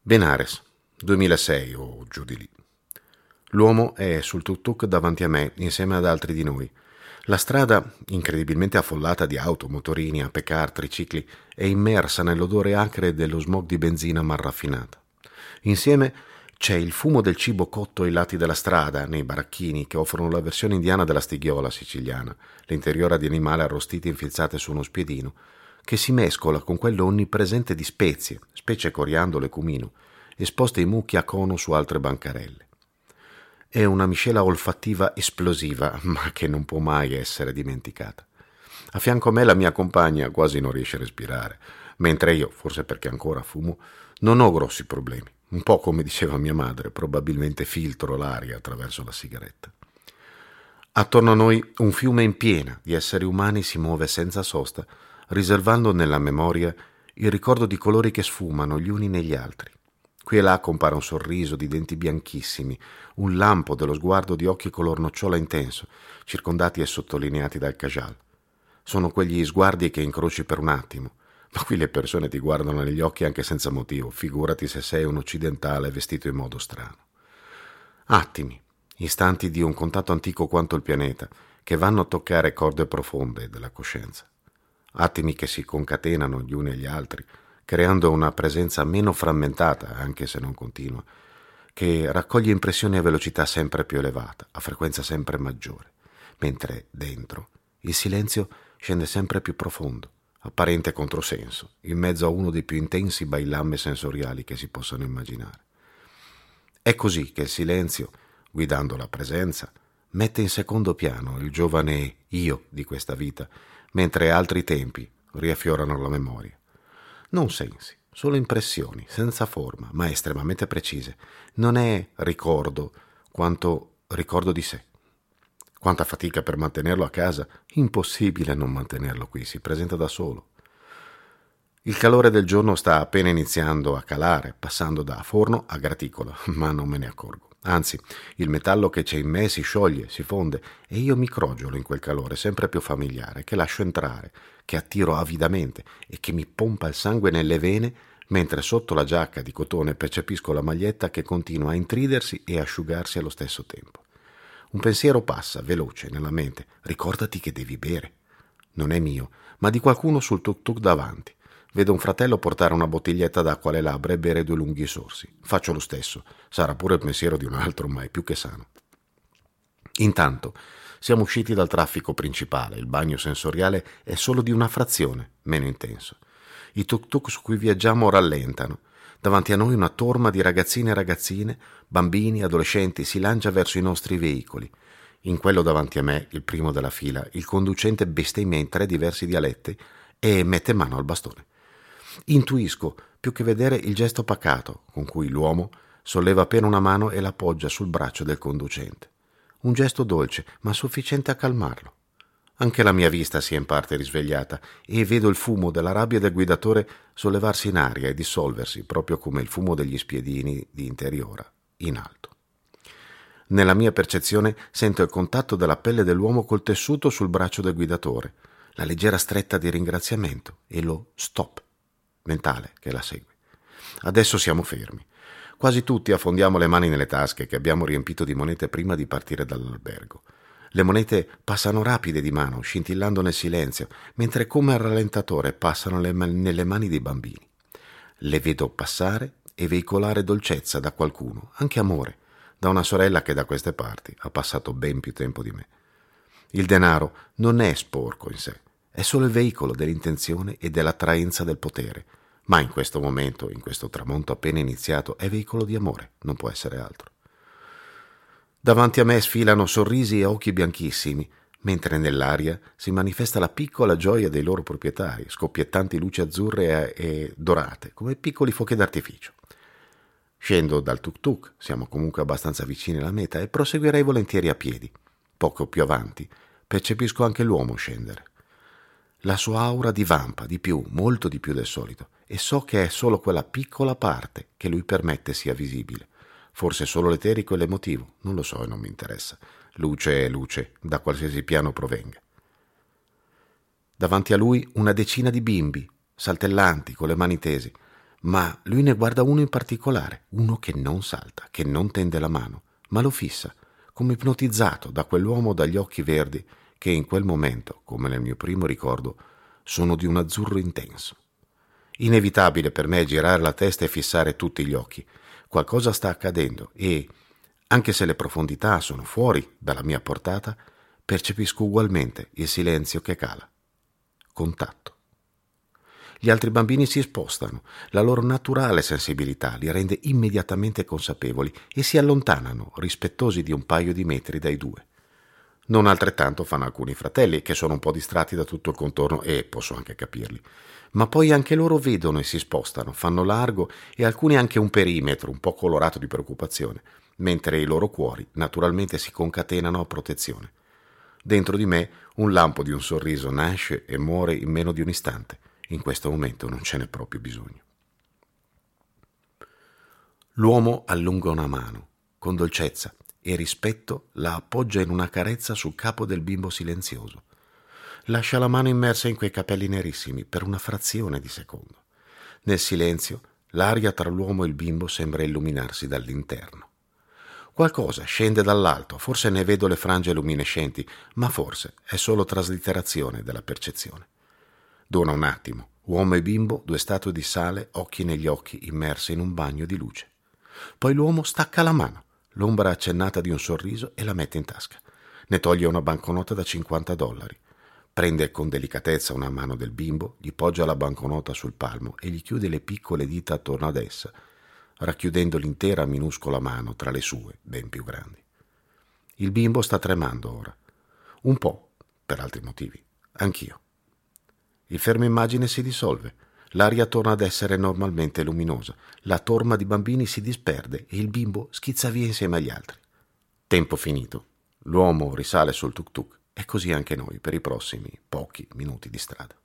Benares, 2006 o giù di lì. L'uomo è sul tuk-tuk davanti a me insieme ad altri di noi. La strada, incredibilmente affollata di auto, motorini, apecar, tricicli, è immersa nell'odore acre dello smog di benzina mal raffinata. Insieme c'è il fumo del cibo cotto ai lati della strada, nei baracchini che offrono la versione indiana della stighiola siciliana, l'interiora di animali arrostiti infilzate su uno spiedino, che si mescola con quello onnipresente di spezie, specie coriandolo e cumino, esposte in mucchi a cono su altre bancarelle. È una miscela olfattiva esplosiva, ma che non può mai essere dimenticata. A fianco a me la mia compagna quasi non riesce a respirare, mentre io, forse perché ancora fumo, non ho grossi problemi. Un po' come diceva mia madre, probabilmente filtro l'aria attraverso la sigaretta. Attorno a noi un fiume in piena di esseri umani si muove senza sosta, riservando nella memoria il ricordo di colori che sfumano gli uni negli altri. Qui e là compare un sorriso di denti bianchissimi, un lampo dello sguardo di occhi color nocciola intenso, circondati e sottolineati dal kajal. Sono quegli sguardi che incroci per un attimo, ma qui le persone ti guardano negli occhi anche senza motivo, figurati se sei un occidentale vestito in modo strano. Attimi, istanti di un contatto antico quanto il pianeta, che vanno a toccare corde profonde della coscienza. Attimi che si concatenano gli uni agli altri, creando una presenza meno frammentata, anche se non continua, che raccoglie impressioni a velocità sempre più elevata, a frequenza sempre maggiore, mentre dentro il silenzio scende sempre più profondo, apparente controsenso, in mezzo a uno dei più intensi bailamme sensoriali che si possano immaginare. È così che il silenzio, guidando la presenza, mette in secondo piano il giovane io di questa vita, mentre altri tempi riaffiorano la memoria. Non sensi, solo impressioni, senza forma, ma estremamente precise. Non è ricordo quanto ricordo di sé. Quanta fatica per mantenerlo a casa? Impossibile non mantenerlo qui, si presenta da solo. Il calore del giorno sta appena iniziando a calare, passando da forno a graticola, ma non me ne accorgo. Anzi, il metallo che c'è in me si scioglie, si fonde e io mi crogiolo in quel calore sempre più familiare, che lascio entrare, che attiro avidamente e che mi pompa il sangue nelle vene, mentre sotto la giacca di cotone percepisco la maglietta che continua a intridersi e asciugarsi allo stesso tempo. Un pensiero passa, veloce, nella mente. Ricordati che devi bere. Non è mio, ma di qualcuno sul tuk-tuk davanti. Vedo un fratello portare una bottiglietta d'acqua alle labbra e bere 2 lunghi sorsi. Faccio lo stesso. Sarà pure il pensiero di un altro, ma è più che sano. Intanto siamo usciti dal traffico principale. Il bagno sensoriale è solo di una frazione, meno intenso. I tuk-tuk su cui viaggiamo rallentano. Davanti a noi una torma di ragazzine e ragazzine, bambini, adolescenti si lancia verso i nostri veicoli. In quello davanti a me, il primo della fila, il conducente bestemmia in 3 diversi dialetti e mette mano al bastone. Intuisco, più che vedere, il gesto pacato con cui l'uomo solleva appena una mano e la poggia sul braccio del conducente. Un gesto dolce, ma sufficiente a calmarlo. Anche la mia vista si è in parte risvegliata e vedo il fumo della rabbia del guidatore sollevarsi in aria e dissolversi, proprio come il fumo degli spiedini di interiora, in alto. Nella mia percezione sento il contatto della pelle dell'uomo col tessuto sul braccio del guidatore, la leggera stretta di ringraziamento e lo stop mentale che la segue. Adesso siamo fermi. Quasi tutti affondiamo le mani nelle tasche che abbiamo riempito di monete prima di partire dall'albergo. Le monete passano rapide di mano, scintillando nel silenzio, mentre come al rallentatore passano nelle mani dei bambini. Le vedo passare e veicolare dolcezza da qualcuno, anche amore, da una sorella che da queste parti ha passato ben più tempo di me. Il denaro non è sporco in sé, è solo il veicolo dell'intenzione e dell'attraenza del potere, ma in questo momento, in questo tramonto appena iniziato, è veicolo di amore, non può essere altro. Davanti a me sfilano sorrisi e occhi bianchissimi, mentre nell'aria si manifesta la piccola gioia dei loro proprietari, scoppiettanti luci azzurre e dorate, come piccoli fuochi d'artificio. Scendo dal tuk-tuk, siamo comunque abbastanza vicini alla meta, e proseguirei volentieri a piedi. Poco più avanti percepisco anche l'uomo scendere. La sua aura divampa di più, molto di più del solito, e so che è solo quella piccola parte che lui permette sia visibile. Forse solo l'eterico e l'emotivo, non lo so e non mi interessa. Luce è luce, da qualsiasi piano provenga. Davanti a lui una decina di bimbi, saltellanti, con le mani tesi, ma lui ne guarda uno in particolare, uno che non salta, che non tende la mano, ma lo fissa, come ipnotizzato da quell'uomo dagli occhi verdi che in quel momento, come nel mio primo ricordo, sono di un azzurro intenso. Inevitabile per me girare la testa e fissare tutti gli occhi. Qualcosa sta accadendo e, anche se le profondità sono fuori dalla mia portata, percepisco ugualmente il silenzio che cala. Contatto. Gli altri bambini si spostano, la loro naturale sensibilità li rende immediatamente consapevoli e si allontanano, rispettosi di un paio di metri dai due. Non altrettanto fanno alcuni fratelli, che sono un po' distratti da tutto il contorno e posso anche capirli. Ma poi anche loro vedono e si spostano, fanno largo e alcuni anche un perimetro un po' colorato di preoccupazione, mentre i loro cuori naturalmente si concatenano a protezione. Dentro di me un lampo di un sorriso nasce e muore in meno di un istante. In questo momento non ce n'è proprio bisogno. L'uomo allunga una mano, con dolcezza e rispetto la appoggia in una carezza sul capo del bimbo silenzioso. Lascia la mano immersa in quei capelli nerissimi per una frazione di secondo. Nel silenzio, l'aria tra l'uomo e il bimbo sembra illuminarsi dall'interno. Qualcosa scende dall'alto, forse ne vedo le frange luminescenti, ma forse è solo traslitterazione della percezione. Dona un attimo, uomo e bimbo, due statue di sale, occhi negli occhi, immersi in un bagno di luce. Poi l'uomo stacca la mano, l'ombra accennata di un sorriso e la mette in tasca. Ne toglie una banconota da $50. Prende con delicatezza una mano del bimbo, gli poggia la banconota sul palmo e gli chiude le piccole dita attorno ad essa, racchiudendo l'intera minuscola mano tra le sue, ben più grandi. Il bimbo sta tremando ora. Un po', per altri motivi. Anch'io. Il fermo immagine si dissolve, l'aria torna ad essere normalmente luminosa, la torma di bambini si disperde e il bimbo schizza via insieme agli altri. Tempo finito, l'uomo risale sul tuk-tuk e così anche noi per i prossimi pochi minuti di strada.